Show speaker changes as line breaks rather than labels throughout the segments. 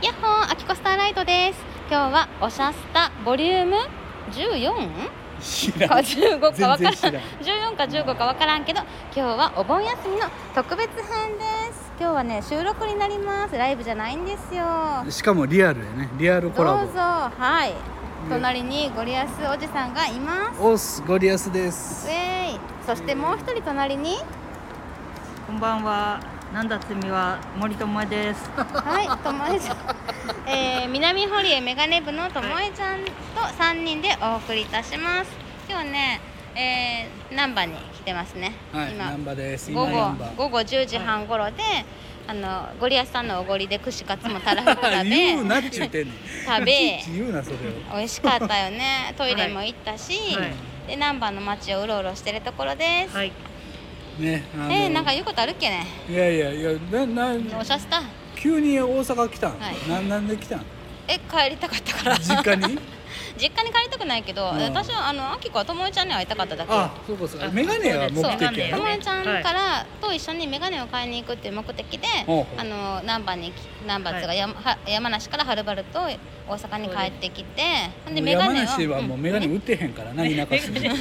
やっほー、アキコスターライトです。今日はおしゃスタボリューム 14?
知らん
か15かわからん
全然知らん
14か15かわからんけど、今日はお盆休みの特別編です。今日はね、収録になります。ライブじゃないんですよ。
しかもリアルやね、リアルコラボ。
どうぞ。はい、隣にゴリアスおじさんがいます。
オスゴリアスです。
ウェーイ。そしてもう一人隣に
こんばんは。なんだつみは森友です。
はい、ともえちゃん、南堀江メガネ部のともえちゃんと3人でお送りいたします。今日ね、難波に来てますね。
はい、
今
難波です。
午
今難波
後10時半頃で、ゴリアスさんのおごりで串カツもたらふく食べ
言うなっちゅうてんねん。
食べ
いちいち言うなそれを。
美味しかったよね。トイレも行ったし、
はい
で難波の街をうろうろしてるところです。
はい。
ね、
なんか言うことあるっけね。
いやいやいや、
おしゃスタ。
急に大阪来たん。
はい
なんで来たん？
帰りたかったから
実家に？
実家に帰りたくないけど、私はあきこはともえちゃんに会いたかっただけ。
あ、そうかそうか。メガネは目
そう、
的やね。
ともえちゃんからと一緒にメガネを買いに行くっていう目的で、
ほうほう
難波っていうか山梨からはるばると大阪に帰ってきて、ほんでメガネを
山梨はもうメガネ売ってへんからな、田舎すぎる。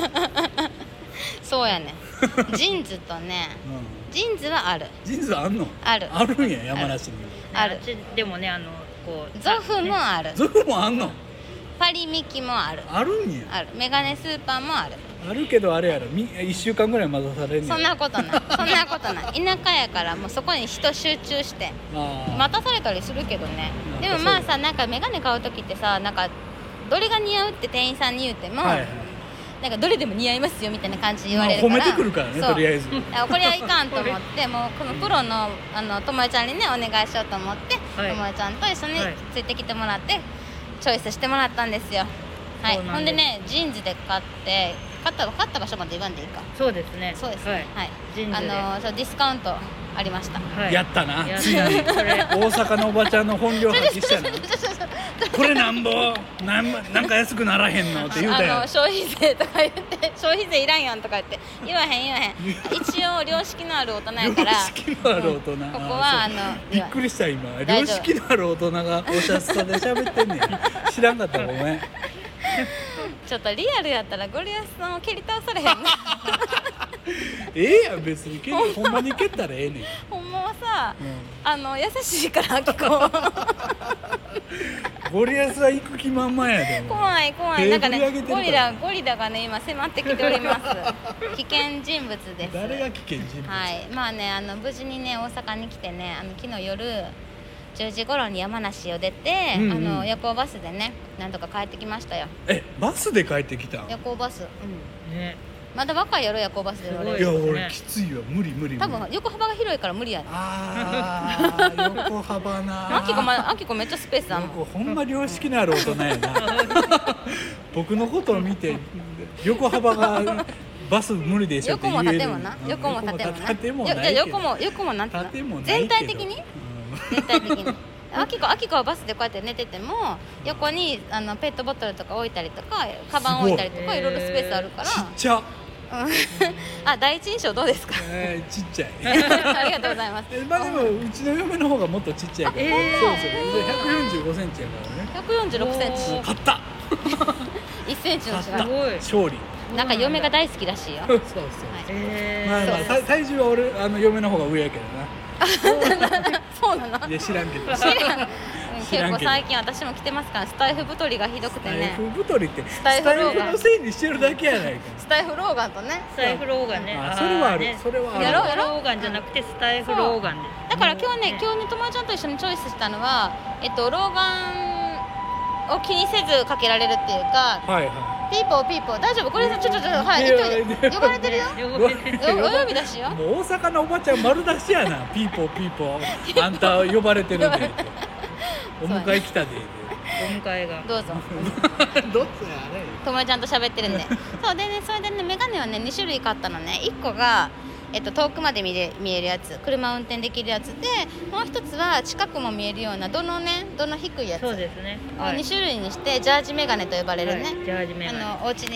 そうやね。ジーンズとね、ジーンズはある。
ジーンズあんの？
ある
あるんや、山梨に。
ある。
でもね、こう
ゾフもある。
ゾフもあんの？
パリミキもある。
あるんや。
ある。メガネスーパーもある。
あるけどあれやろ、1週間ぐらい待たされんねん。
そんなことない。そんなことない。田舎やからもうそこに人集中して
あ
待たされたりするけどね。
なんか
でもまあさ、なんかメガネ買う時ってさ、なんかどれが似合うって店員さんに言うても、
はいはい。
なんかどれでも似合いますよみたいな感じで言われるから、
まあ褒めてくるからね、
そう
とりあえず。
これはいかんと思ってもうこのプロのともえちゃんにねお願いしようと思って、
はい
ともえちゃんと一緒に
はい
ついてきてもらってチョイスしてもらったんですよ。はい。
そうなんです
ほんでね、ジーンズで買った場所まで言わんでいいか。
そうですね。
そうですね。はい。
ジーンズで。
そうディスカウントありました。
はい
やったな、
やっ
ついに
たそれ
大阪のおばちゃんの本領発揮したな。これなんか安くならへんのって言うたやん。
消費税とか言って消費税いらんやんとか言わへん一応良識のある大人やから
良識のある大人、
ここは
びっくりした今。
大丈夫
良識のある大人がおしゃスタで喋ってんねん。知らんかったごめん。
ちょっとリアルやったらゴリアスさんを蹴り倒されへんな
やん別にほんまに蹴ったらええねん。
ほんまはさ、
うん
優しいからあきこ
ゴリアスは行く気満々やで。
怖いなんかね
手振り上げてるから
ゴリラがね今迫ってきております危険人物です。
誰が危険人物？
はい。まあね無事にね大阪に来てね昨日夜10時頃に山梨を出て、夜行バスでねなんとか帰ってきましたよ。
バスで帰ってきたん？
夜行バス、
ね。
まだ若い夜夜行バスで乗れ
いや
る。
俺きついわ、無理
多分横幅が広いから無理やね。
横幅な。
あきこめっちゃスペースあんの。
ほんま良識のある大人やな。僕のことを見て横幅がバス無理でしょって
横
言える。
も縦もな。横も縦もな。
縦もないけど。
横もなんていうの
縦もないけど
全体的にあきこはバスでこうやって寝てても横にペットボトルとか置いたりとかカバン置いたりとかいろいろスペースあるから
ちっちゃ。
第一印象どうですか？
ちっちゃい。
ありがとうございます。
まあでもうちの嫁の方がもっとちっちゃいけど、そうそうで145センチやからね。
146センチ
勝った
1センチの
勝った
違い。
勝利。
なんか嫁が大好きらしいよ。
そうまあ
そう
体重は俺嫁の方が上やけど
そうなの？
な。いや知らんけど。
結構最近私も来てますからスタイフ太りがひどくてね。
スタイフ太りってス
タイフ老眼
のせいにしてるだけやないか。
スタイフ老眼とね。
スタイフ老眼ね。
それはある。
ね
それはある。
やろうやろう
老眼じゃなくてスタイフ老眼で。
だから今日ともえちゃんと一緒にチョイスしたのは老眼を気にせずかけられるっていうか。
はいは
ピーポー大丈夫？これちょはい行っといて。呼ばれてるよ。お呼び出しよ。
もう大阪のおばちゃん丸出しやな。ピーポーあんた呼ばれてるで。お迎え来たで。
お迎えが。
どうぞ。
どっちやあれ。
ともえちゃんと喋ってるんで。そうでね、それでねメガネはね2種類買ったのね。1個が遠くまで見えるやつ、車運転できるやつで、もう一つは近くも見えるようなどの低いやつ。
そうですね。
2種類にしてジャージメガネと呼ばれるね。
ジャージメガネ。
お家に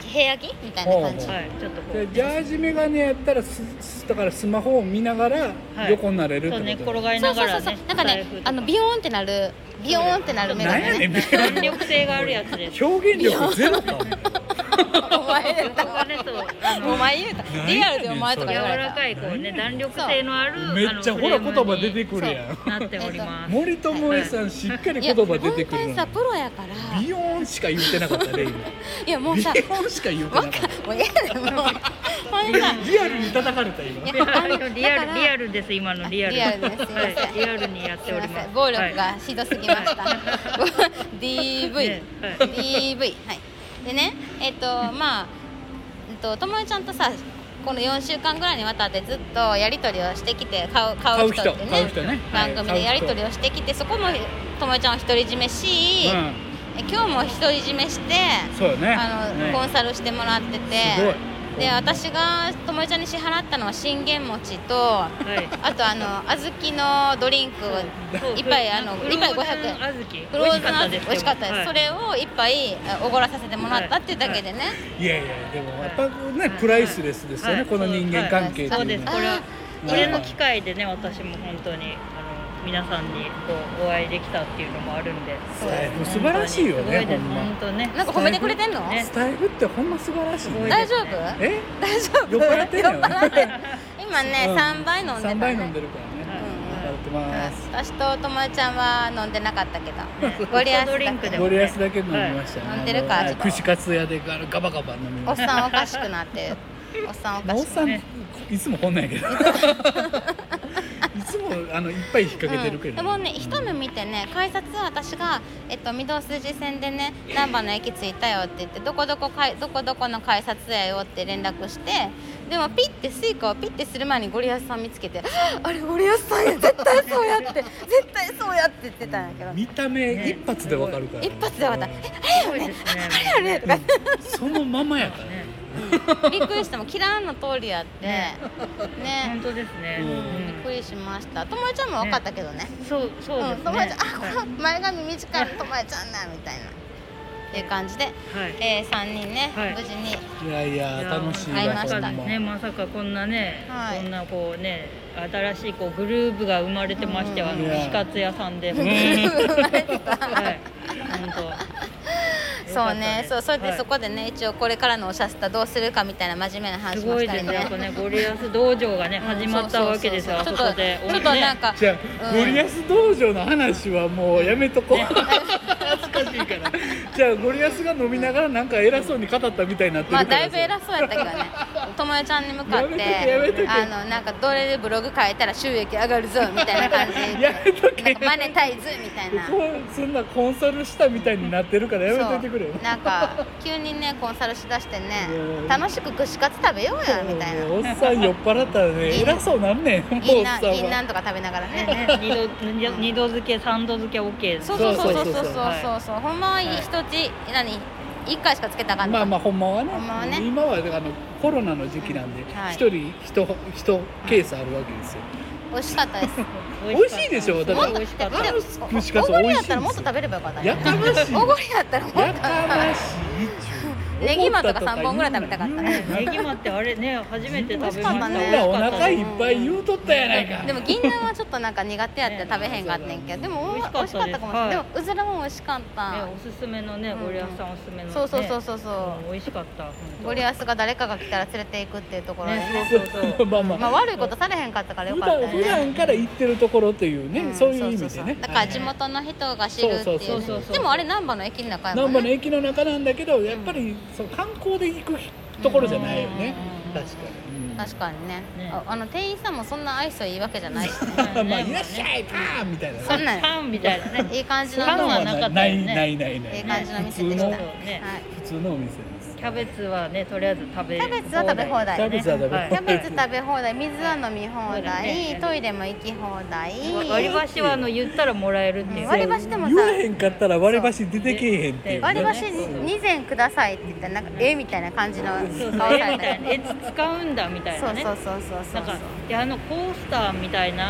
部屋着みたいな感じ。
はい、ちょっとこう
でジャージメガネやったらだからスマホを見ながら横になれるってこと、
そうね、転がり
そうそう
ながらね、
そうなんかねビヨーンってなるビヨーンってなるメガ
なんやねん
ネね。
弾力性があるやつです。
表現力ゼロか
お前言うた
がね、そう
お前言うたリアルでお前とか
柔
言われた。
らかいこうね、弾力性のある
めっちゃほら言葉出てくるやん。
なっております。
森友さんしっかり言葉出てくるのに
いや本当にさプロやから
ビヨーンしか言ってなかったね今
いやもう
ビヨ
さ
ーンしか言ってなかった
もう嫌だよもうほんでさ
リアルに叩かれた今
いや
リアルです今のリアル。
リアルですすいません
はい、リアルにやっております。
暴力がひどすぎました、DV、
ねはい
DV はいでねまあともえちゃんとさこの4週間ぐらいにわたってずっとやり取りをしてきて買う人って
買う人ね
番組でやり取りをしてきて、そこもともえちゃんは独り占めし、今日も独り占めして
そうよね
コンサルしてもらってて
すごい
で私がともえちゃんに支払ったのは信玄餅と
はい
あと小豆のドリンク一杯一杯500円フローズン小豆美味しかったです、それを一杯おごらさせてもらったっていうだけでね、
いやいやでもやっぱねプライスレスですよね、
はい
この人間関係っていうのは、
そうです。これの機会でね、私も本当に皆さんにこうお会いできたっていうのもあるんで、
スタイフ素晴らしいよね
すごいです
ほんま
本当ね。
なんか褒めてくれてんの、
ね
スタイフってほんま素晴らしい
ごい
大丈夫
え
大丈夫
酔っ払ってんのよ
酔っ払ってる今ね、
うん
3杯飲んでた、ね、
3杯飲んでるからね
うん
酔っ払ってます
私とともえちゃんは飲んでなかったけどゴリアス
ドリンクでも
ゴリアスだけ飲みましたね、
はい飲んでるかちょっと
串カツ屋でガバガバ飲み
おっ
ました
さんおかしくなっておっさんおか
おっさん
しくなって
いつもこんなんやけどいつもいっぱい引っ掛けてるけど、
でもね一目見てね改札は私が、御堂筋線でね難波の駅着いたよって言ってどこどこの改札やよって連絡してでもピッてスイカをピッてする前にゴリアスさん見つけてあれゴリアスさんや絶対そうやって絶対そうやって言ってたんやけど
見た目一発でわかるから、
一発で分かった
すごいですね。
あれとか
そのままやから
ね、
びっくりしてもキラーンの通りやってね
本当ですね。
うん
びっくりしましたともえちゃんも分かったけどね
そうですね。
ともえちゃんこの前髪短いともえちゃんだみたいなっていう感じで、
はい。
3人ね、
はい
無事に
いやいや楽しいわ
会いました
ほんま
ね、まさかこんなね、
はい
こんなこうね、新しいこうグループが生まれてましては、
うん
串カツ屋さんで、
ん
はい、本当。
そうねそれで、
はい
そこでね一応これからのおしゃスタどうするかみたいな真面目な話
す
も
ごいですね。
したりね
やっぱね、ゴリアス道場がね、始まったわけですよ。あそこで。
ちょっとなんか、
じゃあ、
うん
ゴリアス道場の話はもうやめとこう恥ずかしいからじゃあゴリアスが飲みながらなんか偉そうに語ったみたいになってるから
まあだいぶ偉そうやったけどねともえちゃんに向かって
やめとけ
なんかどれでブログ書いたら収益上がるぞみたいな感じ
やめとけ
なんかマネタイズみたいな
そんなコンサルしたみたいになってるからやめといてくれよ
そうなんか急にねコンサルしだしてね
うん
楽しく串カツ食べようやみたいな
おっさん酔っ払ったらね偉そうなんねんもうおっ
銀
さんは
杏とか食べながらね
ね、二度漬け、三度漬け OK です。
そうそうそうそうそう
そう
そうほんまは一日1回しかつけたらあかんの
まあまあほんまはね
ほんまはね
今はコロナの時期なんで
はい
一人一ケースあるわけですよ
美味しかったです
美味しいでしょだって
美味しかった。
あの串カツ
おごり
美味しいんですよ
やったらもっと食べればよかったね
やかましい
おごりやったらもっと
やかましいっちゅう
ネギマとか3本ぐらい食べたかったね
ネギマってあれね、初めて食べました。
美味しかったね
みんなお腹いっぱい言うとったやないか
でも銀杏はちょっとなんか苦手やって食べへんかったんやけどでも美味しかったかもしれないでもうずらも美味しかった
おすすめのね、ゴリアスさんおすすめのね。
そうそうそうそうそう
美味しかった。
ゴリアスが誰かが来たら連れて行くっていうところでね
ね、そうそうそう。
まあまあ
まあ悪いことされへんかったからよかったよ
普
ね
段から行ってるところというね、そういう意味でね
だから地元の人が知るって
そう
いう
そうそう
でもあれ難波の駅の中やも
難波の
んね
駅の中なんだけどやっぱりそう観光で行くところじゃないよね、
うん
確かに、
確かにね
ね
店員さんもそんな愛想いいわけじゃないしね
まあいらっしゃいパーンみたいなね
そんなん
パンみたいなね。
いい感じの
パンは
はい
なかったよね
ないない
い感じの店でした
普通の
ね
普通のお店です
キャベツはね、とりあえず食べ
キャベツは食べ放題
キャベツは食べ放題
はい
キャベツ食べ放題水は飲み放
そうだ
題
ね
トイレも行き放題
割り箸は言ったらもらえるっていう。
割り箸でもさ
言わへんかったら割り箸出てけえへんっていう、ね、
割り箸2膳くださいって言ったらなんかみたいな感じの
そうそう
顔された
みたいな使うんだみたいなね。
そうそうそうそうそう
なんかでコースターみたいな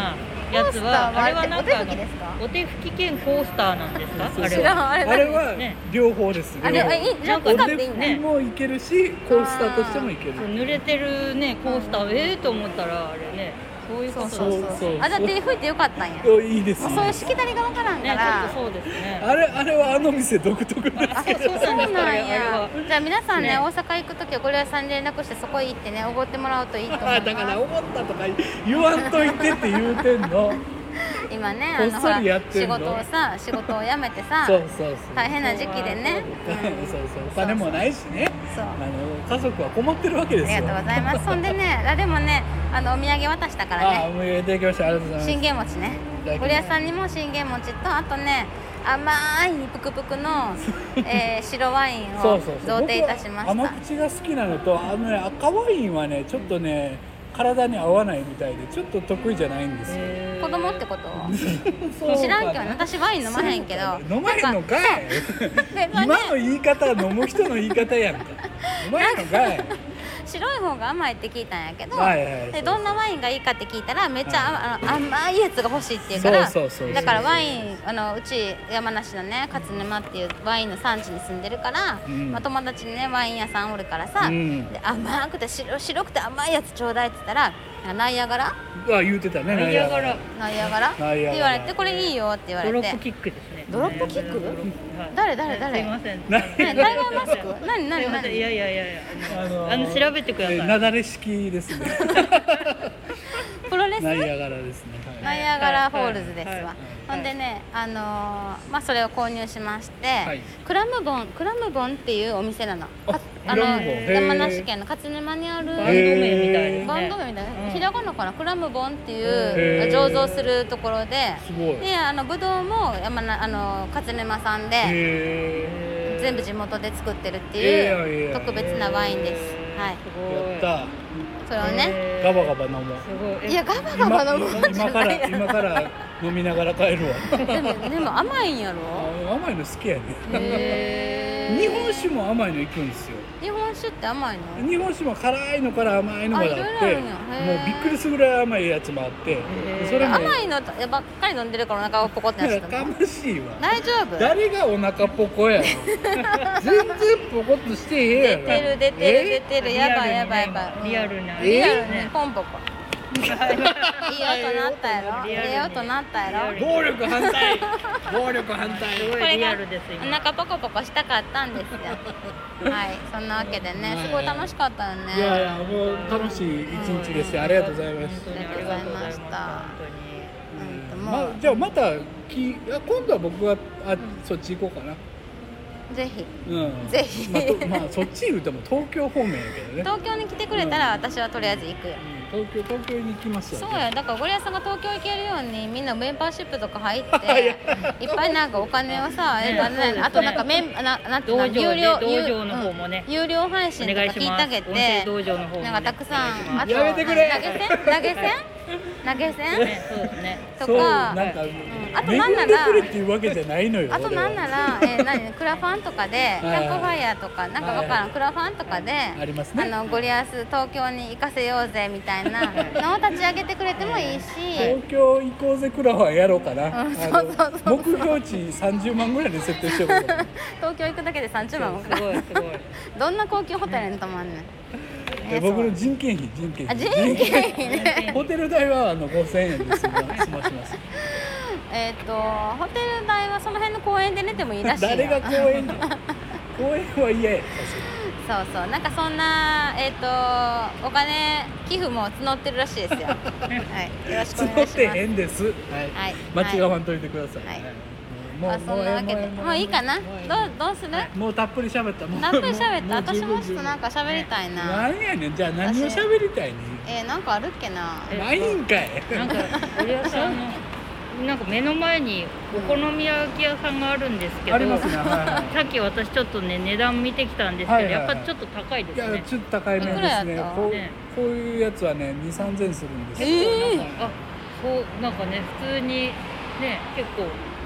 やつはあれはなんか
お手拭きですか？
お手拭き兼コースターなんですか？あ
そうそう
れは
あれ
あれは
ね
両方です
あれ
両方
なんか
お手
使っていいんだ
拭きもいけるしコースターとしてもいける
そう濡れてるねコースターと思ったらあれねそういうことだ
そう
った
そう
あ、じゃあ手拭いてよかったんや。
いいですね
そういうしきたりがわからんか
ねちょ
ら
っとそうですね
あれはあの店独特ですけど
そう
そうなん
あれ
や
は。
じゃあ皆さんね、
ね
大阪行くときはゴリラさんに連絡してそこ行ってね、おごってもらうといいと思います。
だから思ったとか言わんといてって言うてんの
今ね、
こっそりやって
仕
んの
事を辞めてさ、
そうそうそう
大変な時期でね。
そうそうお金もないしね
そう。
家族は困ってるわけですよ
ありがとうございます。そんでね、でもね、お土産渡したからね。
もう入れていきましたありがとうございます
信玄餅ね
いただきます
ゴリラさんにも信玄餅とあとね甘いぷくぷくの、白ワインを
そうそうそう
贈呈いたしま
僕は甘
した
口が好きなのと赤ワインはねちょっとね体に合わないみたいでちょっと得意じゃないんですよ
子供ってこと
そう
知らんけどね私ワイン飲まへんけど
飲まへんのかい
で
今の言い方は飲む人の言い方やんか飲まへんのかい
白い方が甘いって聞いたんやけど、
はいはい
でどんなワインがいいかって聞いたらめっちゃ甘いやつが欲しいって言うから
そう
だからワインうち山梨のね勝沼っていうワインの産地に住んでるから、友達にねワイン屋さんおるからさ、で甘くて白くて甘いやつちょうだいって言ったらナイアガラ
言うてたね
ナイアガラ
ナイアガラって言われてこれいいよって言われて
ドロップキックですね
ドロップキック
はい
誰
すいません
台湾マスク何
すいませんいや調べてください
なだれ式ですね
プロレス
ナイアガラですね
ナイアガラフォールズですわ、
はい
ほんでねそれを購入しまして、
はい
クラムボンっていうお店なの
クラムボンへー
山梨県の勝沼にある
バンド名みたいですね
バンド名みたいな、ひらがなかなクラムボンってい
へー
う醸造するところです
ごい
でぶどうも勝沼さんで
へ
全部地元で作ってるっていう
ええやんええやん
特別なワインです、はい
すごい
やった
それをね
ガバガバ飲もう
すごい
いやガバガバ飲むんじゃないや
今から飲みながら帰るわ
でも甘いんやろ
甘いの好きやね
へー
日本酒も甘いのいくんですよ
日本酒って甘いの
日本酒も辛いのから甘いのまであって
あいろいろあるんやへー
もうびっくりするぐらい甘いやつもあってそれも
甘いのばっかり飲んでるからお腹がポコってなっちゃった
やかましいわ
大丈夫
誰がお腹ポコやろ全然ポコっとしてへんやろ
出てるやばい
リアルな
リアル
ね
にポンポコいい音なったやろいい音なったやろ
暴力反対暴力反対
すごいリアルです
お
今
腹ポコポコしたかったんですよはいそんなわけでねすごい楽しかったよね
いやいやもう楽しい一日ですよありがとうございます
本当にありがとうございました
もう
じゃあまた今度は僕はそっち行こうかな
ぜひ
うん
ぜひ
そっち言うても東京方面やけどね
東京に来てくれたら私はとりあえず行くよ
東京に行きますよ
そうやだからゴリラさんが東京行けるようにみんなメンバーシップとか入っていっぱいなんかお金をさあとなんかなんていうの
道場の方もね
有料配信とか聞いてあげ
お願いします
て
音声道場の方もね
なんかたくさんあと
やめてくれ
投げ銭
ねそうですね
そう
とか
なんか
あとなんな
恵んで
ら
くれっていうわけじゃないのよ
あとなんならクラファンとかでキ
はい
ャンプファイヤーとかなんかわからんクラファンとかで
ありますね
ゴリアス東京に行かせようぜみたいなのを立ち上げてくれてもいいし
東京行こうぜクラファンやろうかな
そう
目標値30万ぐらいで設定しようかな
東京行くだけで30万もかかる
すごいすごい
どんな高級ホテルに泊まんねん
僕の人件費
人件費ね
ホテル代は5000円で済まします
ホテル代はその辺の公園で寝てもいいらしいよ
誰が公園公園は嫌や
そうなんかそんなお金寄付も募ってるらしいですよはいよろしくお願いします
募ってへんですはい間違わんといてください
はい
もう
そんなわけでもういいかなどうする
もうたっぷり喋った
たっぷり喋った私もちょっと
な
なんか喋りたいな
何やねんじゃあ何を喋りたいね
なんかあるっけな
ないんかい
なんかゴリラさんのなんか目の前にお好み焼き屋さんがあるんですけど、
ありますね
さっき私ちょっとね値段見てきたんですけど、やっぱちょっっと高いですね。
いやちょっと高いめです
いくらやった
ねこういうやつはね2、3000するんですよ
あ、そうなんかね普通にね結構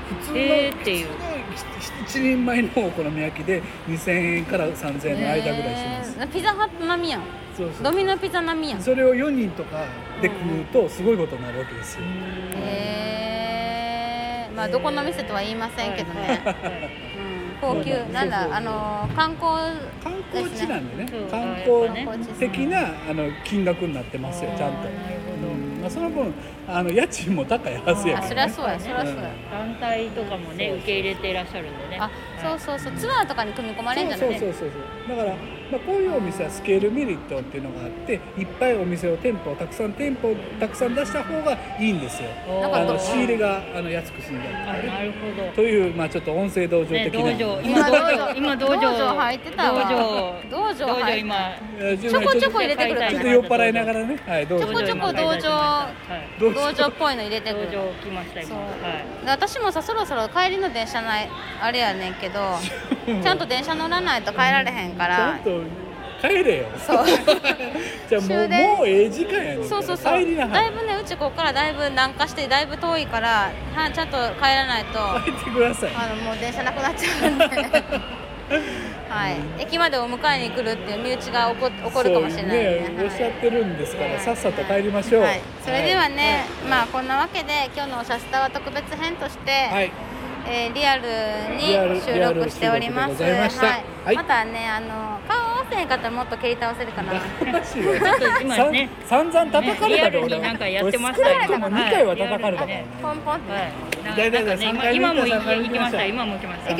普通の
っていう
一人前のお好み焼きで2000円から3000円の間ぐらいします。
ピザハット並みやん。
そうそう
ドミノピザ並みやん。
それを4人とかで食うとすごいことになるわけですよ。
まあどこの店とは言いませんけどね。高級なんだ観光
地なんでね、
そう
観光
ね
的な金額になってますよちゃんと。まあその分家賃も高いはずや
あ、
からね。
そりゃそうや、そりゃそうや。
団体とかもね受け入れていらっしゃるんでね。
あ、そうそうそう、ツアーとかに組み込まれるんじゃない？
そうだから、まあ、こういうお店はスケールメリットっていうのがあっていっぱいお店をたくさん出した方がいいんですよ。仕入れが安く済んだりとかね。
なるほど。
というまあちょっと音声道場的な、
今道場
入ってたわ。道場入って
今
ちょこちょこ入れてくるから。
ちょっと酔っ払いながらね、はい、どうぞ。
ちょこちょこ道場っぽいの入れてくる。
道場来ました今。
私もさ、そろそろ帰りの電車ないあれやねんけどちゃんと電車乗らないと帰られへんから。
ちゃんと帰れよ。
そう
じゃあもうええ時間やねん。
そう
帰りなは
だいぶね、うちここからだいぶ南下してだいぶ遠いからちゃんと帰らないと
帰ってください。
もう電車なくなっちゃうんではい、駅までお迎えに来るっていう身内が起こるかもしれない
ね。おっしゃってるんですから、さっさと帰りましょう。
それではね、まあこんなわけで今日の「シャスタ」は特別編として、リアルに収録しております。またね、顔合わせへんかったらもっと蹴り倒せるかな。
今ね、
散々叩かれたで
俺なんかやってましたよ。
2回は叩かれたからね。
ポンポンって。
今も行きました。今も行きました。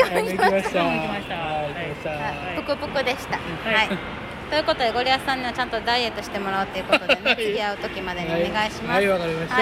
ぷくぷくでした。はい。ということでゴリアスさんにはちゃんとダイエットしてもらおうということでね、次会う時までにお願いします。
はい、わかりました。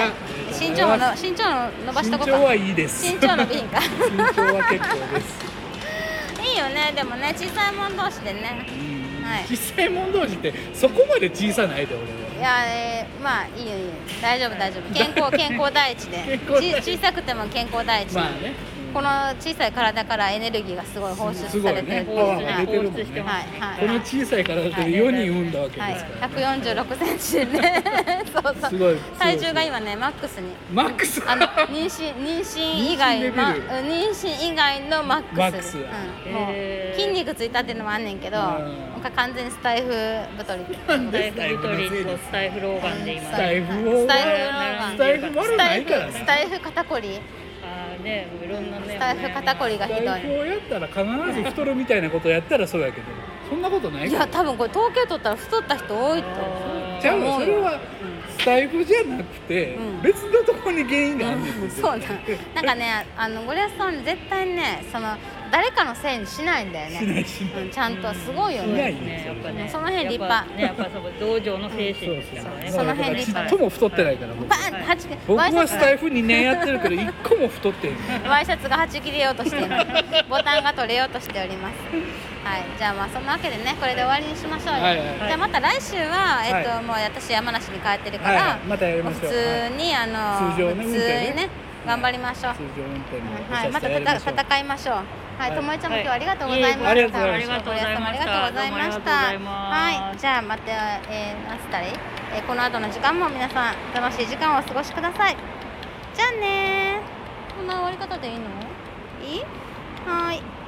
身長伸ばしとこうか。
身長はいいです。
身長伸びひんか。
身長は結構です。
いいよね、でもね、小さいもん同士でね。
小さいもん同士ってそこまで小さないで俺は。
いや、まあいいよ大丈夫健康第一で小さくても健康第一で、この小さい体からエネルギーがすごい放出されてる。
パワーが出てるもんね。この小さい体で4人産んだわけですから。
146センチでね。そう。体重が今ねマックスに。
マックス。
妊娠以外のマックス。もう筋肉ついたっていうのもあんねんけど、完全にスタイフ太り。
スタイフ老眼で今。
スタイフないからね。
スタイフ肩こり。
ね、いろんなね、
スタイフ肩こりがひどい。
スタイフをやったら必ず太るみたいなことやったらそうやけど、そんなことないから。
いや、多分これ統計取ったら太った人多いと
じゃあそれはスタイフじゃなくて、別のところに原因があるんですよ。
そうなんかね、ゴリアスさん絶対ね、誰かのせいにしないんだよね。ちゃんとすごいよね。その辺立派。
やっぱ道場の精神ですからね。
その辺立派。
ちっとも太ってないから僕はスタイフ2年やってるけど1個も太ってる。
ワイシャツがはち切れようとしている。ボタンが取れようとしております。はい、じゃあまあそんなわけでね、これで終わりにしましょうよ。じゃあまた来週はもう私山梨に帰ってるから
またやりましょう。
普通に普通にね頑張りましょう。はい、また戦いましょう。はい、ともえちゃんも今日はありがとうございました。
ありがとうございました。
ありがとうございました。はい、じゃあまたなんつったらいい？この後の時間も皆さん楽しい時間をお過ごしください。じゃあねー。こんな終わり方でいいの？いい？はい。